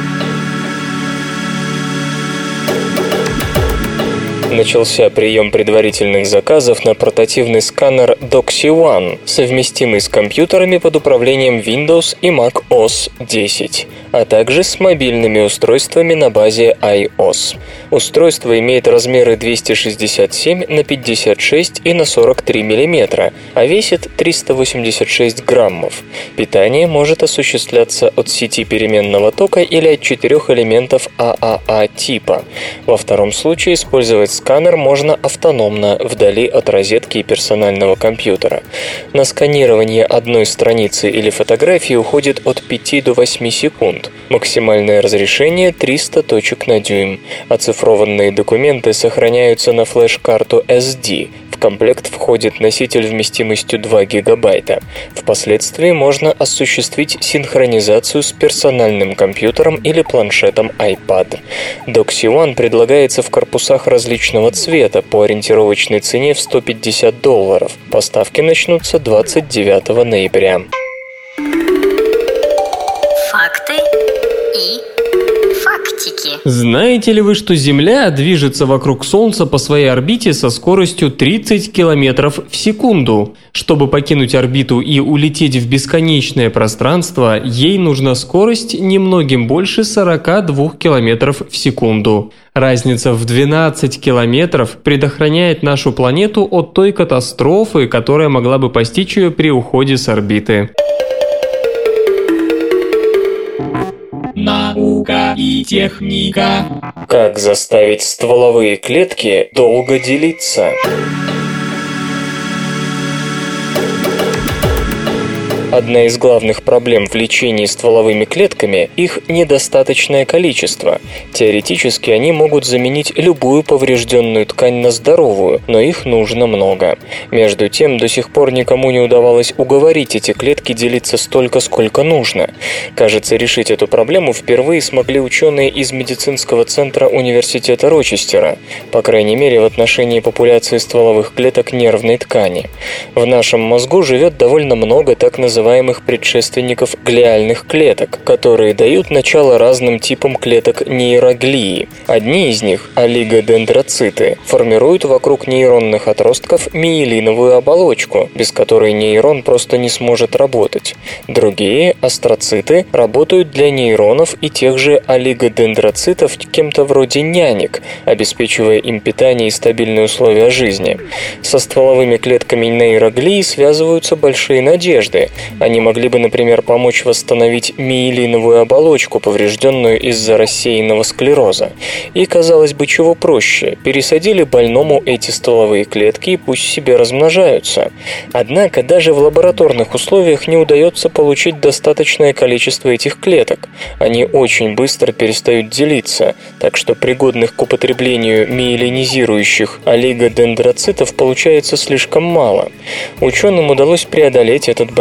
Начался прием предварительных заказов на портативный сканер Doxy One, совместимый с компьютерами под управлением Windows и Mac о эс десять, а также с мобильными устройствами на базе iOS. Устройство имеет размеры двести шестьдесят семь на пятьдесят шесть и на сорок три миллиметра, а весит триста восемьдесят шесть граммов. Питание может осуществляться от сети переменного тока или от четырех элементов а а а типа. Во втором случае использовать сканер можно автономно, вдали от розетки и персонального компьютера. На сканирование одной страницы или фотографии уходит от пяти до восьми секунд. Максимальное разрешение триста точек на дюйм. Оцифрованные документы сохраняются на флеш-карту эс ди. В комплект входит носитель вместимостью два гигабайта. Впоследствии можно осуществить синхронизацию с персональным компьютером или планшетом iPad. Doxy One предлагается в корпусах различного цвета по ориентировочной цене в сто пятьдесят долларов. Поставки начнутся двадцать девятого ноября. Факты и фактики. Знаете ли вы, что Земля движется вокруг Солнца по своей орбите со скоростью тридцать километров в секунду? Чтобы покинуть орбиту и улететь в бесконечное пространство, ей нужна скорость немногим больше сорока двух километров в секунду. Разница в двенадцать километров предохраняет нашу планету от той катастрофы, которая могла бы постичь ее при уходе с орбиты. Наука и техника. Как заставить стволовые клетки долго делиться? Одна из главных проблем в лечении стволовыми клетками – их недостаточное количество. Теоретически они могут заменить любую поврежденную ткань на здоровую, но их нужно много. Между тем, до сих пор никому не удавалось уговорить эти клетки делиться столько, сколько нужно. Кажется, решить эту проблему впервые смогли ученые из медицинского центра университета Рочестера, по крайней мере в отношении популяции стволовых клеток нервной ткани. В нашем мозгу живет довольно много так называемых предшественников глиальных клеток, которые дают начало разным типам клеток нейроглии. Одни из них, олигодендроциты, формируют вокруг нейронных отростков миелиновую оболочку, без которой нейрон просто не сможет работать. Другие, астроциты, работают для нейронов и тех же олигодендроцитов кем-то вроде нянек, обеспечивая им питание и стабильные условия жизни. Со стволовыми клетками нейроглии связываются большие надежды. Они могли бы, например, помочь восстановить миелиновую оболочку, поврежденную из-за рассеянного склероза. И, казалось бы, чего проще, пересадили больному эти стволовые клетки и пусть себе размножаются. Однако даже в лабораторных условиях не удается получить достаточное количество этих клеток. Они очень быстро перестают делиться, так что пригодных к употреблению миелинизирующих олигодендроцитов получается слишком мало. Ученым удалось преодолеть этот барьер.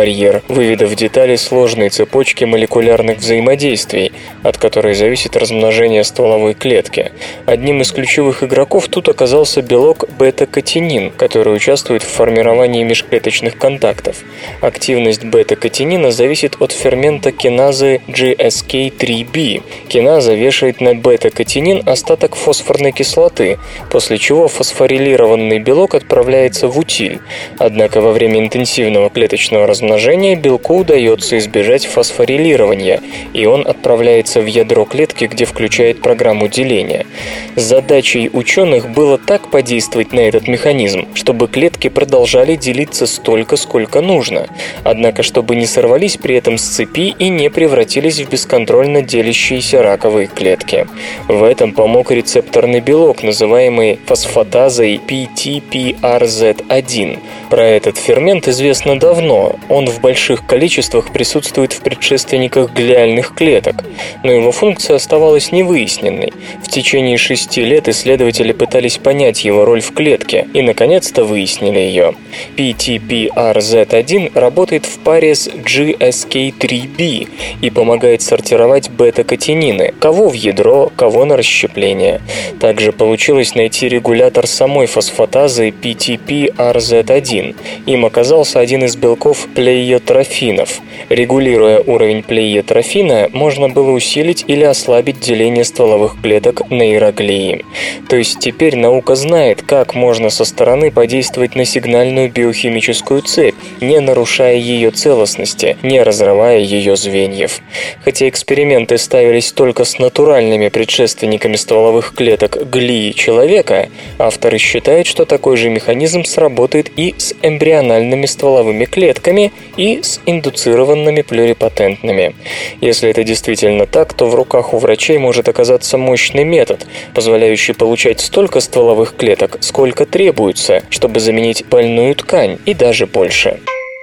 выведав детали сложной цепочки молекулярных взаимодействий, от которой зависит размножение стволовой клетки. Одним из ключевых игроков тут оказался белок бета-катинин, который участвует в формировании межклеточных контактов. Активность бета-катинина зависит от фермента киназы джи эс кей три би. Киназа вешает на бета-катинин остаток фосфорной кислоты, после чего фосфорилированный белок отправляется в утиль. Однако во время интенсивного клеточного размножения белку удается избежать фосфорилирования, и он отправляется в ядро клетки, где включает программу деления. Задачей ученых было так подействовать на этот механизм, чтобы клетки продолжали делиться столько, сколько нужно, однако чтобы не сорвались при этом с цепи и не превратились в бесконтрольно делящиеся раковые клетки. В этом помог рецепторный белок, называемый фосфатазой пи ти пи ар зет один. Про этот фермент известно давно, он в больших количествах присутствует в предшественниках глиальных клеток, но его функция оставалась невыясненной. В течение шести лет исследователи пытались понять его роль в клетке и, наконец-то, выяснили ее. пи ти пи ар зет один работает в паре с джи эс кей три би и помогает сортировать бета-катинины, кого в ядро, кого на расщепление. Также получилось найти регулятор самой фосфатазы пи ти пи ар зет один. Им оказался один из белков плейотрофинов. Регулируя уровень плейотрофина, можно было усилить или ослабить деление стволовых клеток нейроглии. То есть теперь наука знает, как можно со стороны подействовать на сигнальную биохимическую цепь, не нарушая ее целостности, не разрывая ее звеньев. Хотя эксперименты ставились только с натуральными предшественниками стволовых клеток глии человека, авторы считают, что такой же механизм сработает и с эмбриональными стволовыми клетками, и с индуцированными плюрипотентными. Если это действительно так, то в руках у врачей может оказаться мощный метод, позволяющий получать столько стволовых клеток, сколько требуется, чтобы заменить больную ткань, и даже больше.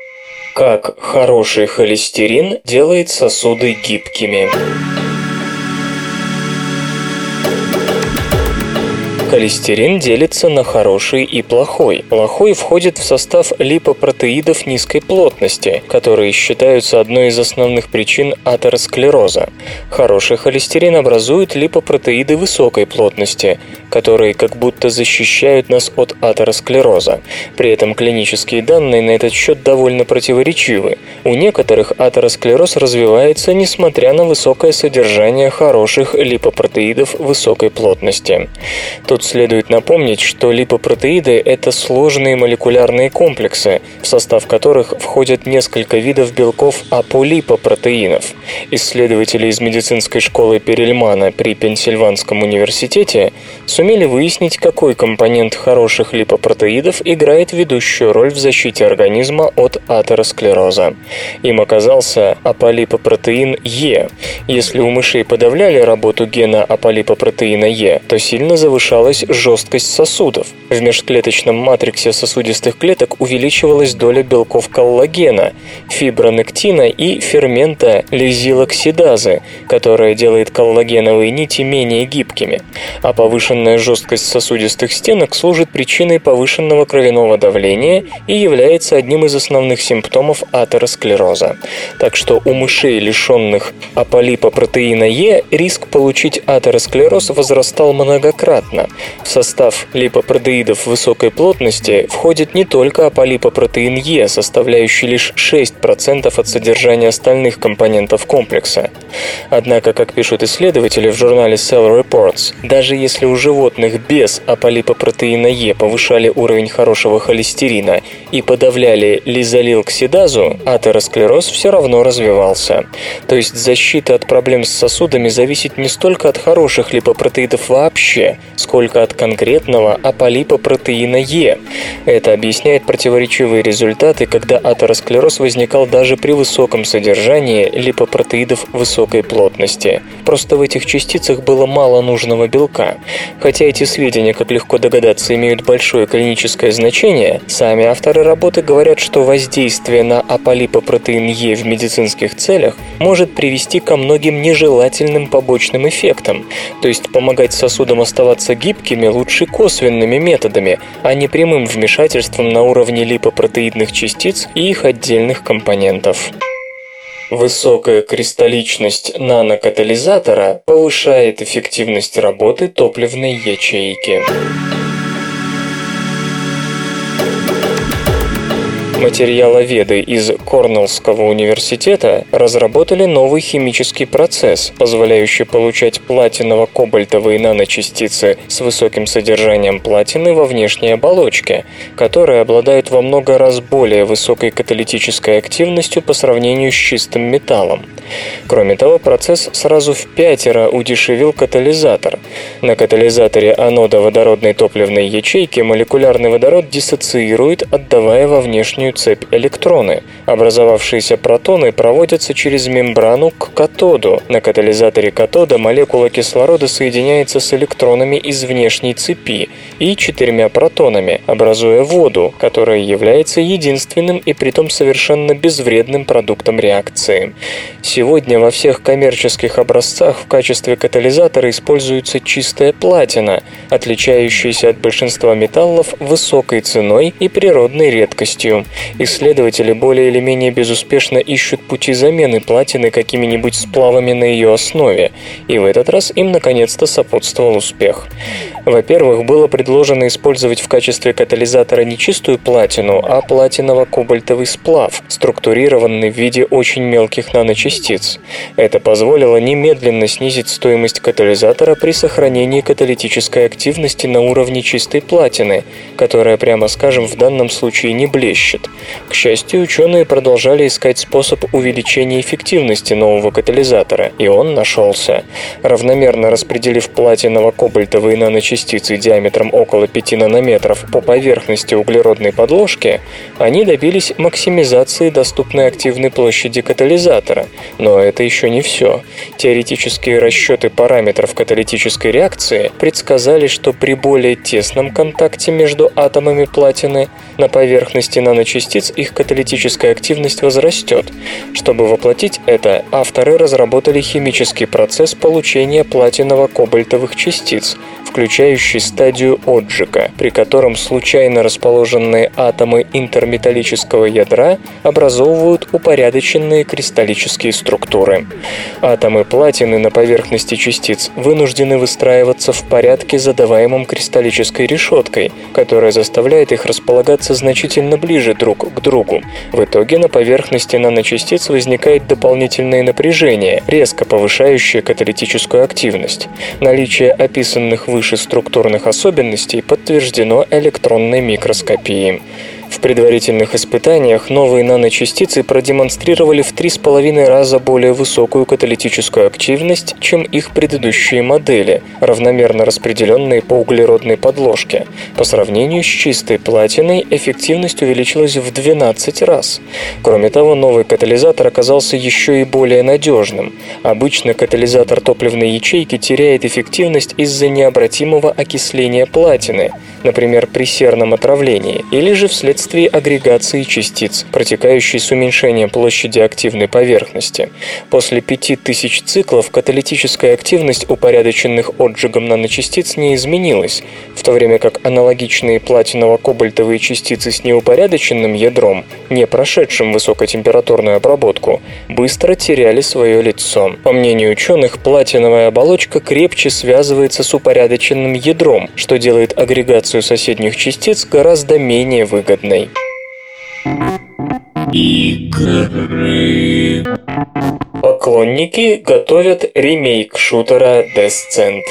Как хороший холестерин делает сосуды гибкими. Холестерин делится на хороший и плохой. Плохой входит в состав липопротеидов низкой плотности, которые считаются одной из основных причин атеросклероза. Хороший холестерин образует липопротеиды высокой плотности, которые как будто защищают нас от атеросклероза. При этом клинические данные на этот счет довольно противоречивы. У некоторых атеросклероз развивается, несмотря на высокое содержание хороших липопротеидов высокой плотности. Тут следует напомнить, что липопротеиды – это сложные молекулярные комплексы, в состав которых входят несколько видов белков аполипопротеинов. Исследователи из медицинской школы Перельмана при Пенсильванском университете сумели выяснить, какой компонент хороших липопротеидов играет ведущую роль в защите организма от атеросклероза. Им оказался аполипопротеин Е. Если у мышей подавляли работу гена аполипопротеина Е, то сильно завышалась жесткость сосудов. В межклеточном матриксе сосудистых клеток увеличивалась доля белков коллагена, фибронектина и фермента лизилоксидазы, которая делает коллагеновые нити менее гибкими. А повышенная жесткость сосудистых стенок служит причиной повышенного кровяного давления и является одним из основных симптомов атеросклероза. Так что у мышей, лишенных аполипопротеина Е, риск получить атеросклероз возрастал многократно. В состав липопротеидов высокой плотности входит не только аполипопротеин Е, составляющий лишь шесть процентов от содержания остальных компонентов комплекса. Однако, как пишут исследователи в журнале Cell Reports, даже если у животных без аполипопротеина Е повышали уровень хорошего холестерина и подавляли лизолилоксидазу, атеросклероз все равно развивался. То есть защита от проблем с сосудами зависит не столько от хороших липопротеидов вообще, сколько от конкретного аполипопротеина Е. Это объясняет противоречивые результаты, когда атеросклероз возникал даже при высоком содержании липопротеидов высокой высокой плотности. Просто в этих частицах было мало нужного белка. Хотя эти сведения, как легко догадаться, имеют большое клиническое значение, сами авторы работы говорят, что воздействие на аполипопротеин Е в медицинских целях может привести ко многим нежелательным побочным эффектам, то есть помогать сосудам оставаться гибкими лучше косвенными методами, а не прямым вмешательством на уровне липопротеидных частиц и их отдельных компонентов. Высокая кристалличность нанокатализатора повышает эффективность работы топливной ячейки. Материаловеды из Корнеллского университета разработали новый химический процесс, позволяющий получать платиново-кобальтовые наночастицы с высоким содержанием платины во внешней оболочке, которые обладают во много раз более высокой каталитической активностью по сравнению с чистым металлом. Кроме того, процесс сразу в пятеро удешевил катализатор. На катализаторе анода водородной топливной ячейки молекулярный водород диссоциирует, отдавая во внешнюю цепь электроны. Образовавшиеся протоны проводятся через мембрану к катоду. На катализаторе катода молекула кислорода соединяется с электронами из внешней цепи и четырьмя протонами, образуя воду, которая является единственным и притом совершенно безвредным продуктом реакции. Сегодня во всех коммерческих образцах в качестве катализатора используется чистая платина, отличающаяся от большинства металлов высокой ценой и природной редкостью. Исследователи более или менее безуспешно ищут пути замены платины какими-нибудь сплавами на ее основе, и в этот раз им наконец-то сопутствовал успех. Во-первых, было предложено использовать в качестве катализатора не чистую платину, а платиново-кобальтовый сплав, структурированный в виде очень мелких наночастиц. Это позволило немедленно снизить стоимость катализатора при сохранении каталитической активности на уровне чистой платины, которая, прямо скажем, в данном случае не блещет. К счастью, ученые продолжали искать способ увеличения эффективности нового катализатора, и он нашелся. Равномерно распределив платиново-кобальтовые наночастицы диаметром около пяти нанометров по поверхности углеродной подложки, они добились максимизации доступной активной площади катализатора. Но это еще не все. Теоретические расчеты параметров каталитической реакции предсказали, что при более тесном контакте между атомами платины на поверхности наночастиц их каталитическая активность возрастет. Чтобы воплотить это, авторы разработали химический процесс получения платиново-кобальтовых частиц, включающий стадию отжига, при котором случайно расположенные атомы интерметаллического ядра образовывают упорядоченные кристаллические структуры. Атомы платины на поверхности частиц вынуждены выстраиваться в порядке, задаваемом кристаллической решеткой, которая заставляет их располагаться значительно ближе друг к другу. В итоге на поверхности наночастиц возникает дополнительное напряжение, резко повышающее каталитическую активность. Наличие описанных выше структурных особенностей подтверждено электронной микроскопией. В предварительных испытаниях новые наночастицы продемонстрировали в три с половиной раза более высокую каталитическую активность, чем их предыдущие модели, равномерно распределенные по углеродной подложке. По сравнению с чистой платиной эффективность увеличилась в двенадцать раз. Кроме того, новый катализатор оказался еще и более надежным. Обычно катализатор топливной ячейки теряет эффективность из-за необратимого окисления платины, например, при серном отравлении, или же вследствие агрегации частиц, протекающей с уменьшением площади активной поверхности. После пяти тысяч циклов каталитическая активность упорядоченных отжигом наночастиц не изменилась, в то время как аналогичные платиново-кобальтовые частицы с неупорядоченным ядром, не прошедшим высокотемпературную обработку, быстро теряли свое лицо. По мнению ученых, платиновая оболочка крепче связывается с упорядоченным ядром, что делает агрегацию соседних частиц гораздо менее выгодной. Игры. Поклонники готовят ремейк шутера Descent.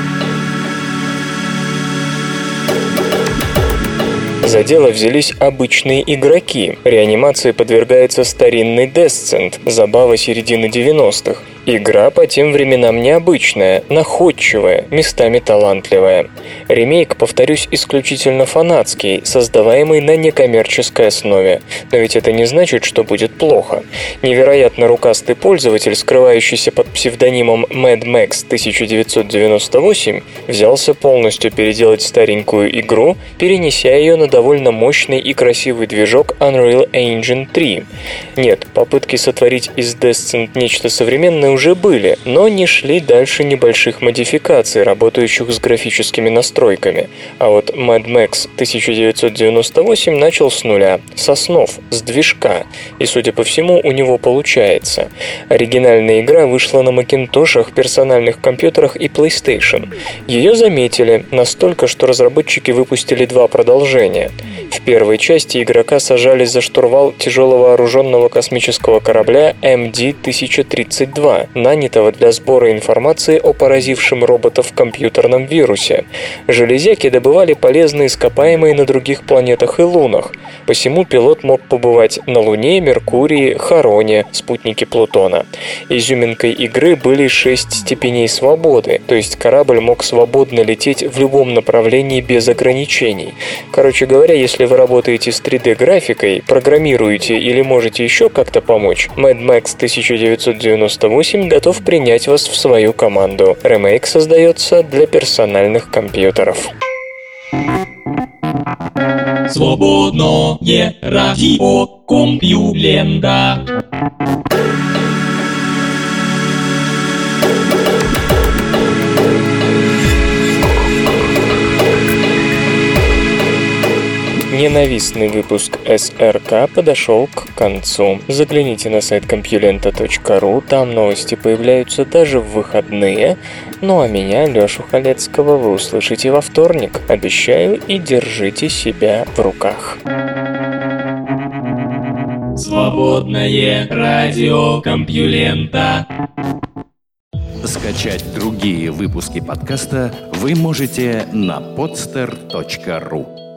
За дело взялись обычные игроки. Реанимации подвергается старинный Descent, забава середины девяностых, Игра по тем временам необычная, находчивая, местами талантливая. Ремейк, повторюсь, исключительно фанатский, создаваемый на некоммерческой основе. Но ведь это не значит, что будет плохо. Невероятно рукастый пользователь, скрывающийся под псевдонимом Mad Max тысяча девятьсот девяносто восемь, взялся полностью переделать старенькую игру, перенеся ее на довольно мощный и красивый движок Unreal Engine три. Нет, попытки сотворить из Descent нечто современное уже были, но не шли дальше небольших модификаций, работающих с графическими настройками. А вот Mad Max тысяча девятьсот девяносто восемь начал с нуля, с основ, с движка, и, судя по всему, у него получается. Оригинальная игра вышла на макинтошах, персональных компьютерах и PlayStation. Ее заметили настолько, что разработчики выпустили два продолжения. В первой части игрока сажали за штурвал тяжелого вооруженного космического корабля эм ди тысяча тридцать два, нанятого для сбора информации о поразившем роботов компьютерном вирусе. Железяки добывали полезные ископаемые на других планетах и лунах, посему пилот мог побывать на Луне, Меркурии, Хароне, спутнике Плутона. Изюминкой игры были шесть степеней свободы, то есть корабль мог свободно лететь в любом направлении без ограничений. Короче говоря, если вы работаете с три дэ-графикой, программируете или можете еще как-то помочь, Mad Max тысяча девятьсот девяносто восемь готов принять вас в свою команду. Ремейк создается для персональных компьютеров. Свободное радио Компьюлента. Ненавистный выпуск эс эр ка подошел к концу. Загляните на сайт компьюлента точка ру, там новости появляются даже в выходные. Ну а меня, Лёшу Халецкого, вы услышите во вторник. Обещаю, и держите себя в руках. Свободное радио Компьюлента. Скачать другие выпуски подкаста вы можете на подстер точка ру.